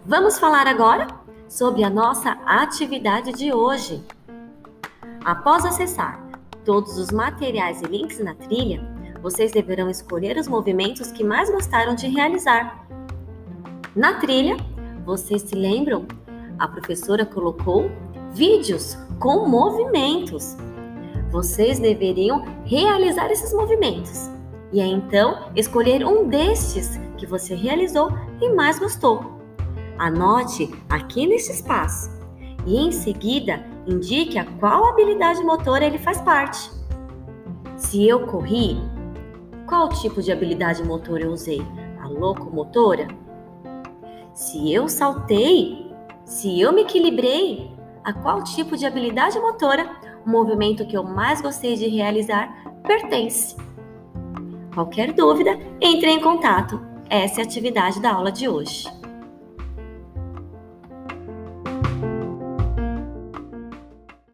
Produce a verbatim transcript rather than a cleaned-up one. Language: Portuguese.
Vamos falar agora sobre a nossa atividade de hoje. Após acessar todos os materiais e links na trilha, vocês deverão escolher os movimentos que mais gostaram de realizar. Na trilha, vocês se lembram? A professora colocou vídeos com movimentos. Vocês deveriam realizar esses movimentos e aí então escolher um destes que você realizou e mais gostou. Anote aqui nesse espaço e em seguida indique a qual habilidade motora ele faz parte. Se eu corri, qual tipo de habilidade motora eu usei? A locomotora? Se eu saltei, se eu me equilibrei, a qual tipo de habilidade motora o movimento que eu mais gostei de realizar pertence? Qualquer dúvida, entre em contato. Essa é a atividade da aula de hoje.